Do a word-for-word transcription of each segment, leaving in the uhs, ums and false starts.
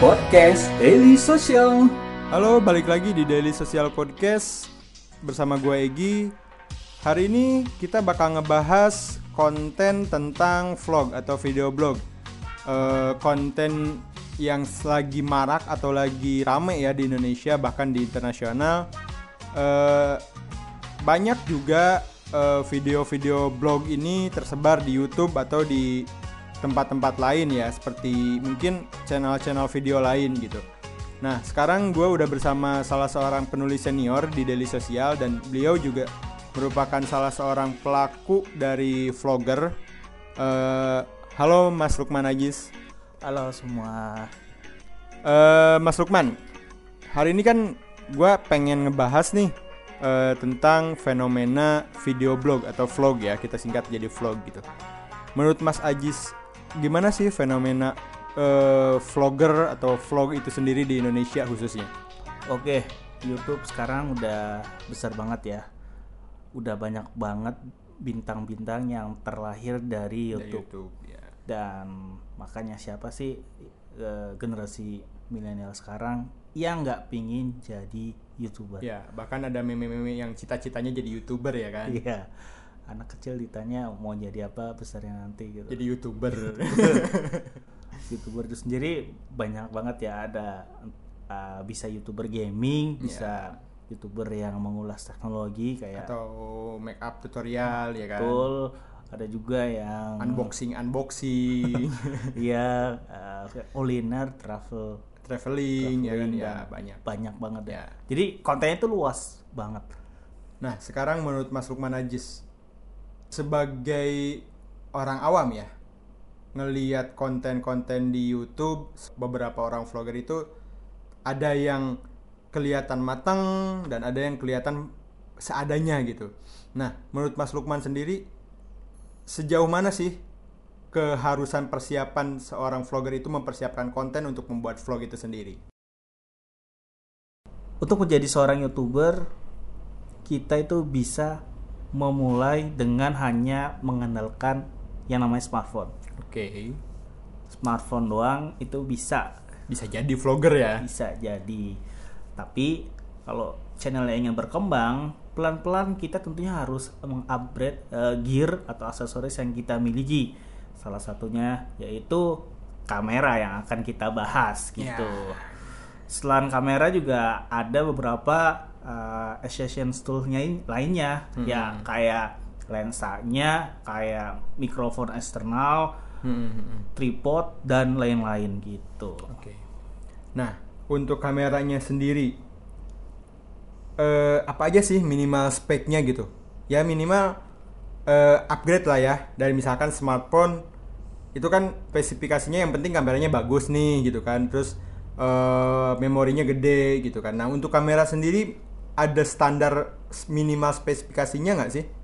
Podcast Daily Social. Halo, balik lagi di Daily Social Podcast bersama gue Egi. Hari ini kita bakal ngebahas konten tentang vlog atau video blog. Uh, konten yang lagi marak atau lagi rame ya di Indonesia, bahkan di internasional. Uh, banyak juga uh, video-video blog ini tersebar di YouTube atau di tempat-tempat lain ya, seperti mungkin channel-channel video lain gitu. Nah, sekarang gue udah bersama salah seorang penulis senior di Daily Social, dan beliau juga merupakan salah seorang pelaku dari vlogger. Uh, halo Mas Lukman Ajis. Halo semua. Uh, Mas Lukman, hari ini kan gue pengen ngebahas nih uh, tentang fenomena video blog atau vlog ya, kita singkat jadi vlog gitu. Menurut Mas Ajis, gimana sih fenomena uh, vlogger atau vlog itu sendiri di Indonesia khususnya? Oke, YouTube sekarang udah besar banget ya. Udah banyak banget bintang-bintang yang terlahir dari YouTube. Dari YouTube ya. Dan makanya siapa sih uh, generasi milenial sekarang yang nggak pingin jadi YouTuber? Ya, bahkan ada meme-meme yang cita-citanya jadi YouTuber ya kan? Iya. Anak kecil ditanya mau jadi apa besarnya nanti gitu. Jadi YouTuber. YouTuber itu sendiri banyak banget ya, ada uh, bisa YouTuber gaming, bisa yeah. YouTuber yang mengulas teknologi kayak atau make up tutorial ya kan. Betul. Ada juga yang unboxing unboxing. Iya, uh, kuliner, travel, traveling, traveling ya kan ya, banyak. Banyak banget ya. Jadi kontennya itu luas banget. Nah, sekarang menurut Mas Lukman Ajis, sebagai orang awam ya, ngelihat konten-konten di YouTube beberapa orang vlogger itu ada yang kelihatan matang dan ada yang kelihatan seadanya gitu. Nah, menurut Mas Lukman sendiri, sejauh mana sih keharusan persiapan seorang vlogger itu mempersiapkan konten untuk membuat vlog itu sendiri? Untuk menjadi seorang YouTuber, kita itu bisa memulai dengan hanya mengandalkan yang namanya smartphone. Oke. Okay. Smartphone doang itu bisa bisa jadi vlogger ya. Bisa jadi. Tapi kalau channelnya ingin berkembang, pelan-pelan kita tentunya harus mengupgrade uh, gear atau aksesoris yang kita miliki. Salah satunya yaitu kamera yang akan kita bahas gitu. Yeah. Selain kamera juga ada beberapa uh, accessories toolnya lainnya, hmm. ya kayak lensanya, kayak mikrofon eksternal, hmm. tripod dan lain-lain gitu. Oke. Okay. Nah, untuk kameranya sendiri, uh, apa aja sih minimal speknya gitu? Ya minimal uh, upgrade lah ya. Dari misalkan smartphone itu kan spesifikasinya yang penting kameranya bagus nih gitu kan. Terus uh, memorinya gede gitu kan. Nah, untuk kamera sendiri ada standar minimal spesifikasinya nggak sih?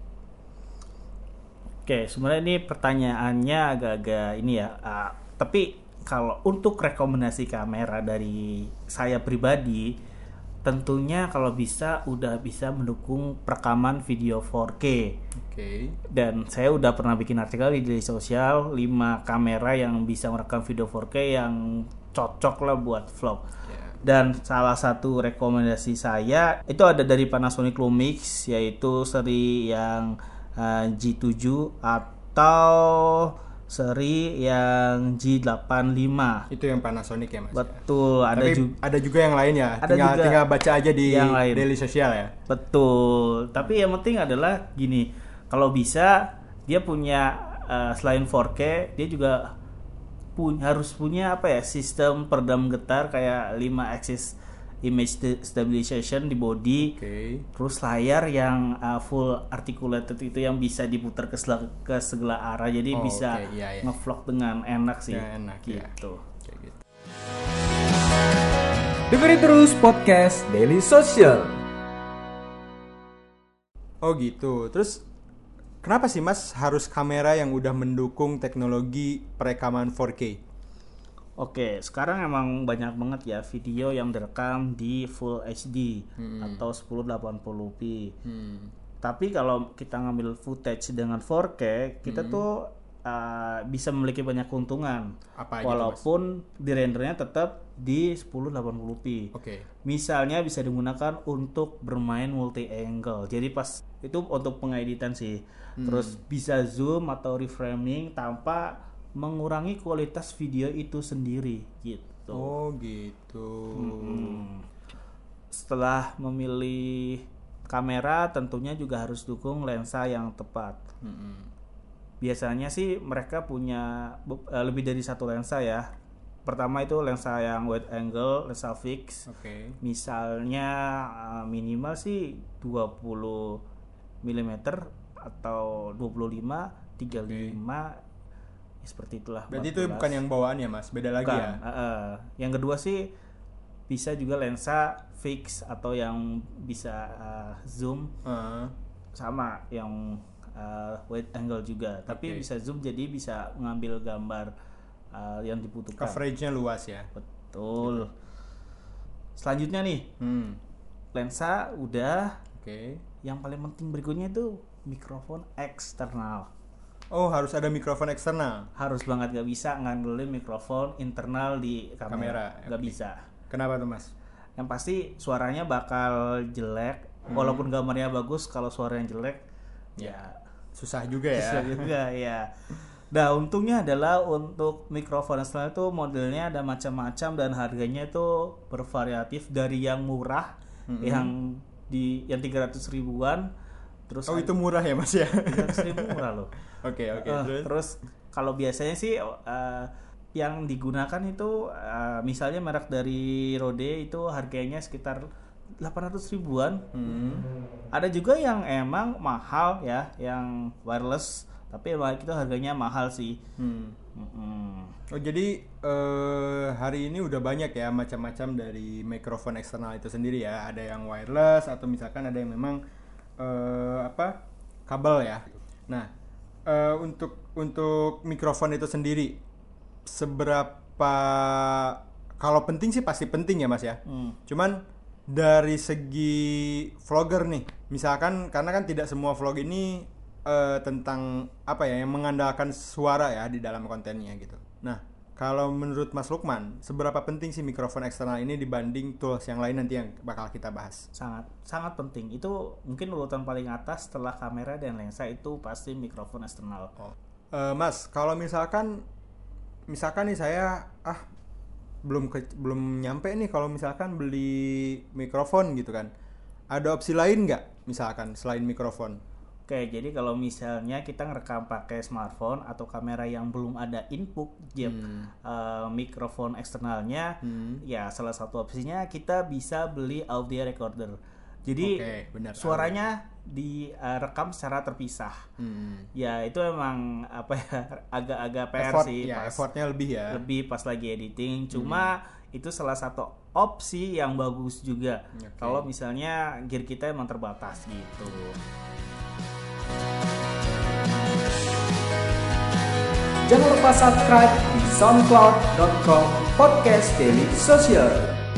Oke, sebenarnya ini pertanyaannya agak-agak ini ya. Uh, tapi kalau untuk rekomendasi kamera dari saya pribadi, tentunya kalau bisa udah bisa mendukung perekaman video four K. Oke. Dan saya udah pernah bikin artikel di Daily Social lima kamera yang bisa merekam video four K yang cocok lah buat vlog. Yeah. Dan salah satu rekomendasi saya itu ada dari Panasonic Lumix, yaitu seri yang uh, G seven atau seri yang G eighty-five. Itu yang Panasonic ya Mas? Betul. Ya? Ada Tapi juga ada juga yang lain ya. Ada tinggal, juga tinggal baca aja di yang lain. Daily Social ya. Betul. Tapi yang penting adalah gini, kalau bisa dia punya uh, selain four K, dia juga punya harus punya apa ya, sistem peredam getar kayak five axis image stabilization di body. Okay. Terus layar yang uh, full articulated itu yang bisa diputar ke segala, ke segala arah, jadi oh, bisa okay. yeah, yeah. ngevlog dengan enak sih. Ya, enak, gitu. Ya. Gitu. Dengerin terus podcast Daily Social. Oh gitu. Terus kenapa sih Mas harus kamera yang udah mendukung teknologi perekaman four K? Oke, sekarang emang banyak banget ya video yang direkam di Full H D hmm. atau ten eighty p. Hmm. Tapi kalau kita ngambil footage dengan four K, kita hmm. tuh uh, bisa memiliki banyak keuntungan. Apa aja walaupun di rendernya tetap di sepuluh delapan puluh p. Oke. Misalnya bisa digunakan untuk bermain multi angle. Jadi pas itu untuk pengeditan sih. Hmm. Terus bisa zoom atau reframing tanpa mengurangi kualitas video itu sendiri gitu. Oh gitu. Hmm. Setelah memilih kamera, tentunya juga harus dukung lensa yang tepat. Hmm. Biasanya sih mereka punya uh, lebih dari satu lensa ya. Pertama itu lensa yang wide angle, lensa fix. Okay. Misalnya uh, minimal sih dua puluh milimeter atau dua puluh lima, tiga puluh lima okay. Ya, seperti itulah. Berarti empat belas. Itu bukan yang bawaan ya Mas, beda lagi bukan. ya. Uh, uh. Yang kedua sih bisa juga lensa fix atau yang bisa uh, zoom uh. sama yang uh, wide angle juga. Tapi okay. bisa zoom jadi bisa mengambil gambar Uh, yang dibutuhkan. Coveragenya luas ya. Betul. Gitu. Selanjutnya nih, hmm. lensa udah. Oke. Okay. Yang paling penting berikutnya itu mikrofon eksternal. Oh, harus ada mikrofon eksternal. Harus banget, gak bisa ngandelin mikrofon internal di kamera. kamera. Gak okay. bisa. Kenapa tuh Mas? Yang pasti suaranya bakal jelek. Hmm. Walaupun gambarnya bagus, kalau suaranya jelek, ya, ya susah juga ya. Susah juga ya. Nah, untungnya adalah untuk mikrofon eksternal itu modelnya ada macam-macam dan harganya itu bervariatif dari yang murah mm-hmm. yang di yang tiga ratus ribuan terus oh ada, itu murah ya Mas ya? tiga ratus ribu murah loh. Oke, oke. Uh, terus terus kalau biasanya sih uh, yang digunakan itu uh, misalnya merek dari Rode itu harganya sekitar delapan ratus ribuan. Mm-hmm. Ada juga yang emang mahal ya, yang wireless. Tapi itu harganya mahal sih. Hmm. Hmm. Oh jadi uh, hari ini udah banyak ya macam-macam dari mikrofon eksternal itu sendiri ya. Ada yang wireless atau misalkan ada yang memang uh, apa kabel ya. Nah uh, untuk untuk mikrofon itu sendiri seberapa kalau penting sih pasti penting ya Mas ya. Hmm. Cuman dari segi vlogger nih, misalkan karena kan tidak semua vlog ini Uh, tentang apa ya yang mengandalkan suara ya di dalam kontennya gitu. Nah, kalau menurut Mas Lukman, seberapa penting sih mikrofon eksternal ini dibanding tools yang lain nanti yang bakal kita bahas? Sangat sangat penting. Itu mungkin urutan paling atas setelah kamera dan lensa itu pasti mikrofon eksternal. Oh. Uh, Mas, kalau misalkan misalkan nih saya ah belum ke, belum nyampe nih kalau misalkan beli mikrofon gitu kan. Ada opsi lain nggak misalkan selain mikrofon? Oke, jadi kalau misalnya kita ngerekam pakai smartphone atau kamera yang belum ada input jack hmm. uh, mikrofon eksternalnya, hmm. ya salah satu opsinya kita bisa beli audio recorder. Jadi okay, benar, suaranya direkam uh, secara terpisah. Hmm. Ya itu emang apa ya agak-agak P R effort, sih. Ya, pas, effortnya lebih ya. Lebih pas lagi editing. Cuma hmm. itu salah satu opsi yang bagus juga. Okay. Kalau misalnya gear kita emang terbatas gitu. Jangan lupa subscribe di soundcloud dot com podcast Daily Social.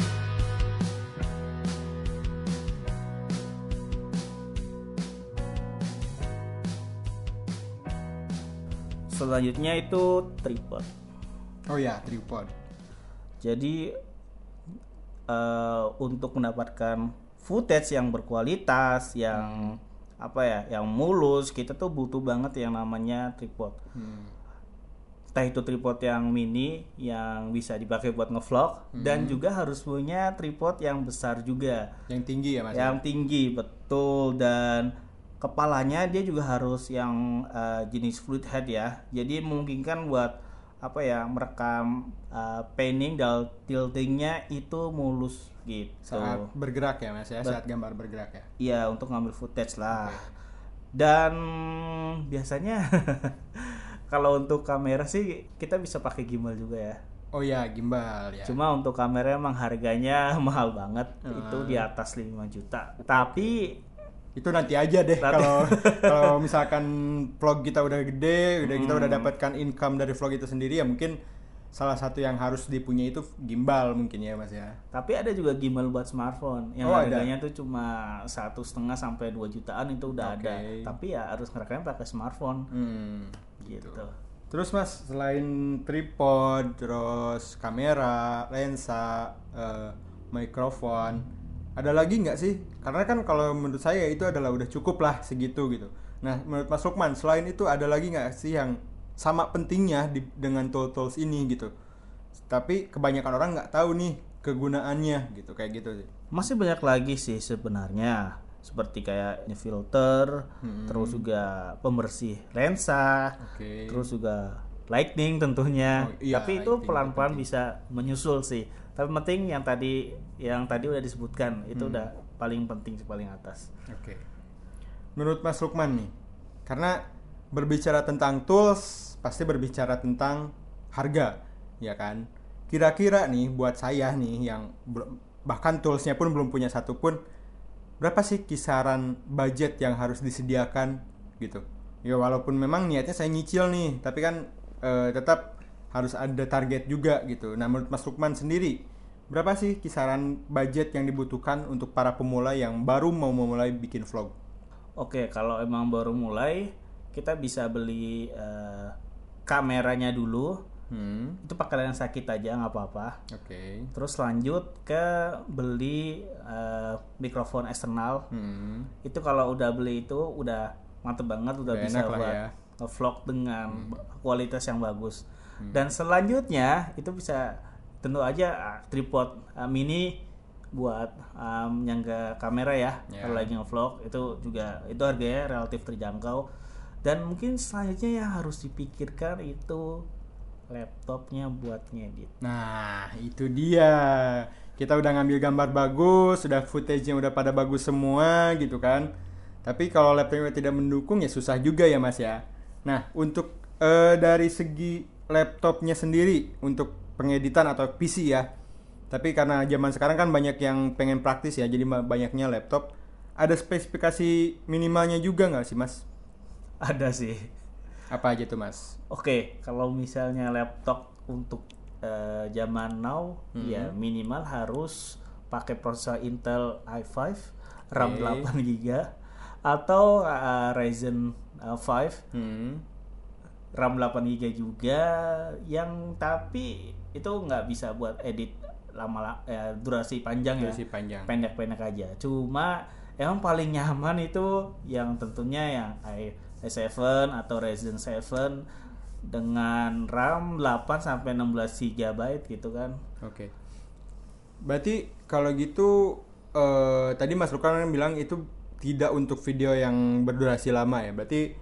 Selanjutnya itu tripod. Oh ya, tripod. Jadi uh, untuk mendapatkan footage yang berkualitas, yang hmm. apa ya, yang mulus, kita tuh butuh banget yang namanya tripod. Hmm. Entah itu tripod yang mini yang bisa dipakai buat ngevlog hmm. dan juga harus punya tripod yang besar juga. Yang tinggi ya Mas? Yang ya? tinggi, betul. Dan kepalanya dia juga harus yang uh, jenis fluid head ya. Jadi memungkinkan buat apa ya, merekam uh, panning dan tiltingnya itu mulus gitu. Saat bergerak ya Mas ya, Ber- saat gambar bergerak ya. Iya, untuk ngambil footage lah. Okay. Dan biasanya kalau untuk kamera sih kita bisa pakai gimbal juga ya. Oh ya, gimbal ya. Cuma untuk kamera emang harganya mahal banget. Hmm. Itu di atas lima juta. Tapi itu nanti aja deh kalau kalau misalkan vlog kita udah gede, udah hmm. kita udah dapatkan income dari vlog itu sendiri ya mungkin salah satu yang harus dipunyai itu gimbal mungkin ya Mas ya. Tapi ada juga gimbal buat smartphone yang oh, harganya ada. Tuh cuma satu setengah sampai dua jutaan itu udah okay. ada. Tapi ya harus ngerekamnya pakai smartphone. Hmm, gitu. gitu. Terus Mas, selain tripod, terus kamera, lensa, uh, mikrofon, ada lagi nggak sih? Karena kan kalau menurut saya itu adalah udah cukup lah segitu gitu. Nah, menurut Mas Lukman, selain itu ada lagi nggak sih yang sama pentingnya di, dengan tool-tools ini gitu? Tapi kebanyakan orang nggak tahu nih kegunaannya gitu, kayak gitu sih. Masih banyak lagi sih sebenarnya. Seperti kayak filter, hmm. terus juga pembersih lensa, okay. terus juga lighting tentunya. Oh, iya, tapi itu pelan-pelan bisa menyusul sih. Tapi penting yang tadi yang tadi udah disebutkan itu hmm. udah paling penting paling atas. Oke. Okay. Menurut Mas Lukman nih, karena berbicara tentang tools pasti berbicara tentang harga, ya kan? Kira-kira nih buat saya nih yang bahkan toolsnya pun belum punya satu pun, berapa sih kisaran budget yang harus disediakan gitu? Ya walaupun memang niatnya saya nyicil nih, tapi kan e, tetap harus ada target juga gitu. Nah menurut Mas Lukman sendiri, berapa sih kisaran budget yang dibutuhkan untuk para pemula yang baru mau memulai bikin vlog? Oke, kalau emang baru mulai, kita bisa beli e, kameranya dulu. Hmm. Itu pakai lensa kita aja nggak apa-apa. Oke. Okay. Terus lanjut ke beli uh, mikrofon eksternal. Hmm. Itu kalau udah beli itu udah mantep banget, udah, udah bisa buat ya. Vlog dengan hmm. kualitas yang bagus. Hmm. Dan selanjutnya itu bisa tentu aja uh, tripod uh, mini buat um, nyangga kamera ya. Yeah. Kalau lagi nge-vlog itu juga itu harganya relatif terjangkau. Dan mungkin selanjutnya yang harus dipikirkan itu laptopnya buat ngedit. Nah, itu dia. Kita udah ngambil gambar bagus, sudah footage-nya udah pada bagus semua gitu kan. Tapi kalau laptopnya tidak mendukung ya susah juga ya Mas ya. Nah, untuk uh, dari segi laptopnya sendiri untuk pengeditan atau P C ya. Tapi karena zaman sekarang kan banyak yang pengen praktis ya, jadi banyaknya laptop. Ada spesifikasi minimalnya juga nggak sih Mas? Ada sih. Apa aja tuh Mas? Oke, kalau misalnya laptop untuk uh, zaman now, hmm. ya minimal harus pakai prosesor Intel i lima, okay. RAM delapan giga atau uh, Ryzen uh, lima, hmm. RAM delapan giga juga. Yang tapi itu nggak bisa buat edit lama, ya, durasi panjang durasi ya, panjang. Pendek-pendek aja. Cuma emang paling nyaman itu yang tentunya yang i tujuh atau Ryzen tujuh dengan RAM delapan sampai enam belas giga byte gitu kan. Oke. Okay. Berarti kalau gitu uh, tadi Mas Lukman bilang itu tidak untuk video yang berdurasi lama ya. Berarti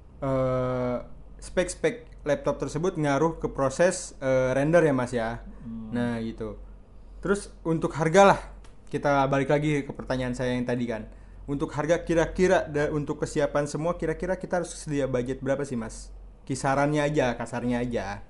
uh, spek-spek laptop tersebut ngaruh ke proses uh, render ya Mas ya. Hmm. Nah, gitu. Terus untuk harga lah. Kita balik lagi ke pertanyaan saya yang tadi kan. Untuk harga kira-kira da, untuk kesiapan semua kira-kira kita harus sedia budget berapa sih Mas? Kisarannya aja, kasarnya aja.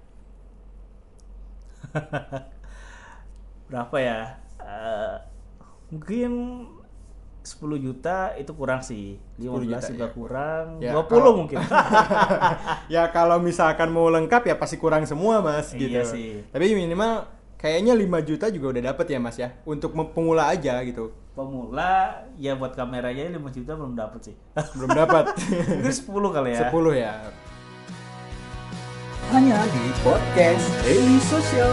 Berapa ya? Uh, mungkin sepuluh juta itu kurang sih. lima belas juga ya. Kurang. Ya, dua puluh kalau, mungkin. Ya kalau misalkan mau lengkap ya pasti kurang semua Mas gitu. Iya sih. Tapi minimal kayaknya lima juta juga udah dapet ya Mas ya. Untuk pemula aja gitu. Pemula ya buat kameranya lima juta belum dapet sih. Belum dapat. Mungkin sepuluh kali ya. sepuluh ya. Hanya di podcast Daily Social.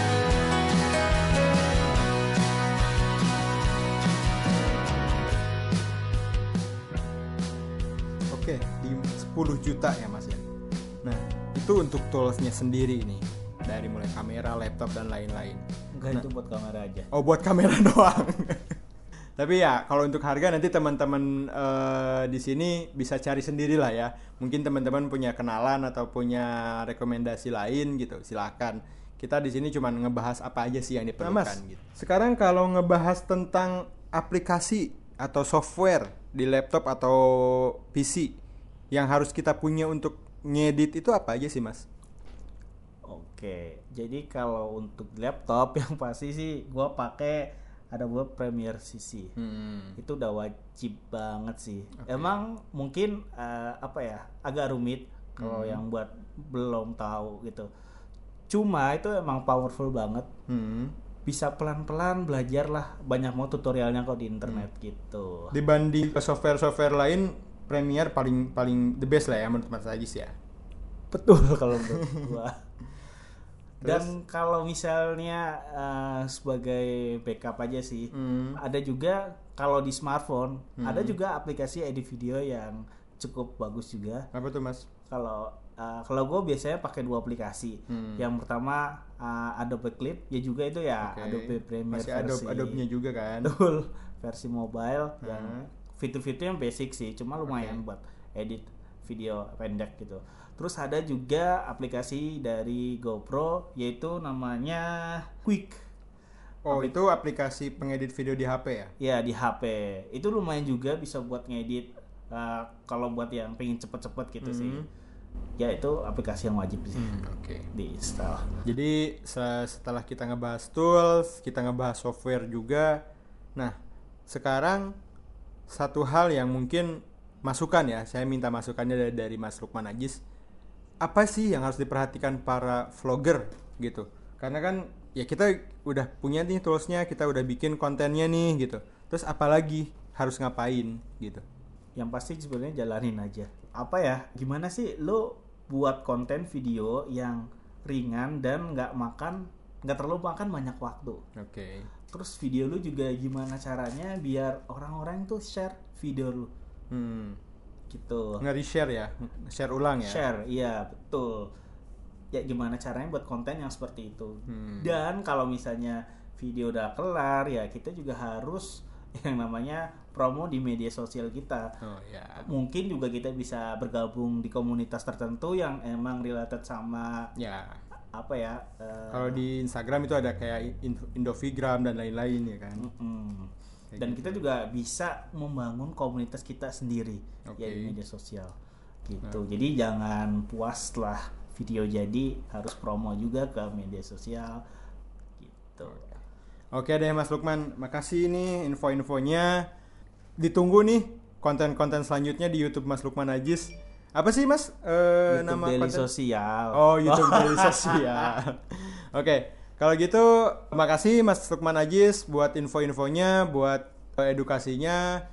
Oke, di sepuluh juta ya Mas ya. Nah, itu untuk toolsnya sendiri nih. Dari mulai kamera, laptop dan lain-lain. Enggak, nah, itu buat kamera aja. Oh, buat kamera doang. Tapi ya kalau untuk harga nanti teman-teman uh, di sini bisa cari sendiri lah ya. Mungkin teman-teman punya kenalan atau punya rekomendasi lain gitu, silakan. Kita di sini cuma ngebahas apa aja sih yang diperlukan. Nah, Mas, gitu. Sekarang kalau ngebahas tentang aplikasi atau software di laptop atau P C yang harus kita punya untuk ngedit itu apa aja sih Mas? Oke, jadi kalau untuk laptop yang pasti sih gue pakai ada buat Premiere C C. Hmm. Itu udah wajib banget sih. Okay. Emang mungkin uh, apa ya agak rumit kalau hmm. yang buat belum tahu gitu. Cuma itu emang powerful banget. Hmm. Bisa pelan-pelan belajar lah. Banyak mau tutorialnya kok di internet hmm. gitu. Dibanding software-software lain, Premiere paling paling the best lah ya menurut Mas Ajis ya. Betul kalau menurut gua. Dan kalau misalnya uh, sebagai backup aja sih, hmm. ada juga kalau di smartphone hmm. ada juga aplikasi edit video yang cukup bagus juga. Apa tuh Mas? Kalau uh, kalau gue biasanya pakai dua aplikasi. Hmm. Yang pertama uh, Adobe Clip, ya juga itu ya okay. Adobe Premiere masih versi. Adobe Adobe-nya juga kan. Betul, versi mobile hmm. yang fitur-fitur yang basic sih, cuma lumayan okay. buat edit video pendek gitu. Terus ada juga aplikasi dari GoPro yaitu namanya Quick. Oh, Aplik- itu aplikasi pengedit video di H P ya? Ya, di H P. Itu lumayan juga bisa buat ngedit uh, kalau buat yang pengen cepet-cepet gitu mm-hmm. sih. Ya, itu aplikasi yang wajib sih mm, okay. di-install. Jadi setelah kita ngebahas tools, kita ngebahas software juga. Nah, sekarang satu hal yang mungkin masukan ya, saya minta masukannya dari, dari Mas Lukman Ajis. Apa sih yang harus diperhatikan para vlogger gitu? Karena kan ya kita udah punya nih toolsnya, kita udah bikin kontennya nih gitu. Terus apalagi harus ngapain gitu? Yang pasti sebenarnya jalanin aja. Apa ya? Gimana sih lo buat konten video yang ringan dan nggak makan, nggak terlalu makan banyak waktu. Oke. Okay. Terus video lo juga gimana caranya biar orang-orang tuh share video lo. Hmm. Gitu. Nge-share ya, share ulang ya. Share, iya betul. Ya gimana caranya buat konten yang seperti itu. Hmm. Dan kalau misalnya video udah kelar, ya kita juga harus yang namanya promo di media sosial kita. Oh, yeah. Mungkin juga kita bisa bergabung di komunitas tertentu yang emang related sama ya. Apa ya? Uh, kalau di Instagram itu ada kayak Indovigram dan lain-lain ya kan. Mm-mm. Dan kita juga bisa membangun komunitas kita sendiri okay. ya di media sosial gitu. Nah. Jadi jangan puas setelah video jadi, harus promo juga ke media sosial gitu. Oke deh Mas Lukman, makasih nih info-infonya. Ditunggu nih konten-konten selanjutnya di YouTube Mas Lukman Ajis. Apa sih Mas uh, YouTube nama Daily konten? Sosial. Oh, YouTube Daily Sosial. Oke. Okay. Kalau gitu, makasih Mas Lukman Ajis buat info-infonya, buat edukasinya.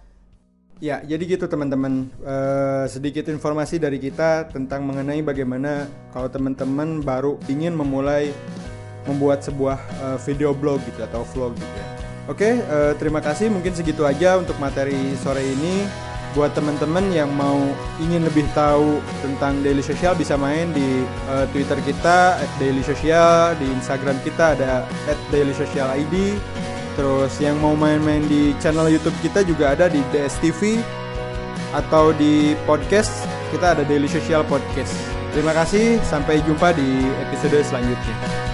Ya, jadi gitu teman-teman. Uh, sedikit informasi dari kita tentang mengenai bagaimana kalau teman-teman baru ingin memulai membuat sebuah uh, video blog gitu atau vlog gitu ya. Oke, uh, terima kasih. Mungkin segitu aja untuk materi sore ini. Buat teman-teman yang mau ingin lebih tahu tentang Daily Social bisa main di uh, Twitter kita at daily social, di Instagram kita ada at daily social I D. Terus yang mau main-main di channel YouTube kita juga ada di D S T V atau di podcast kita ada Daily Social Podcast. Terima kasih, sampai jumpa di episode selanjutnya.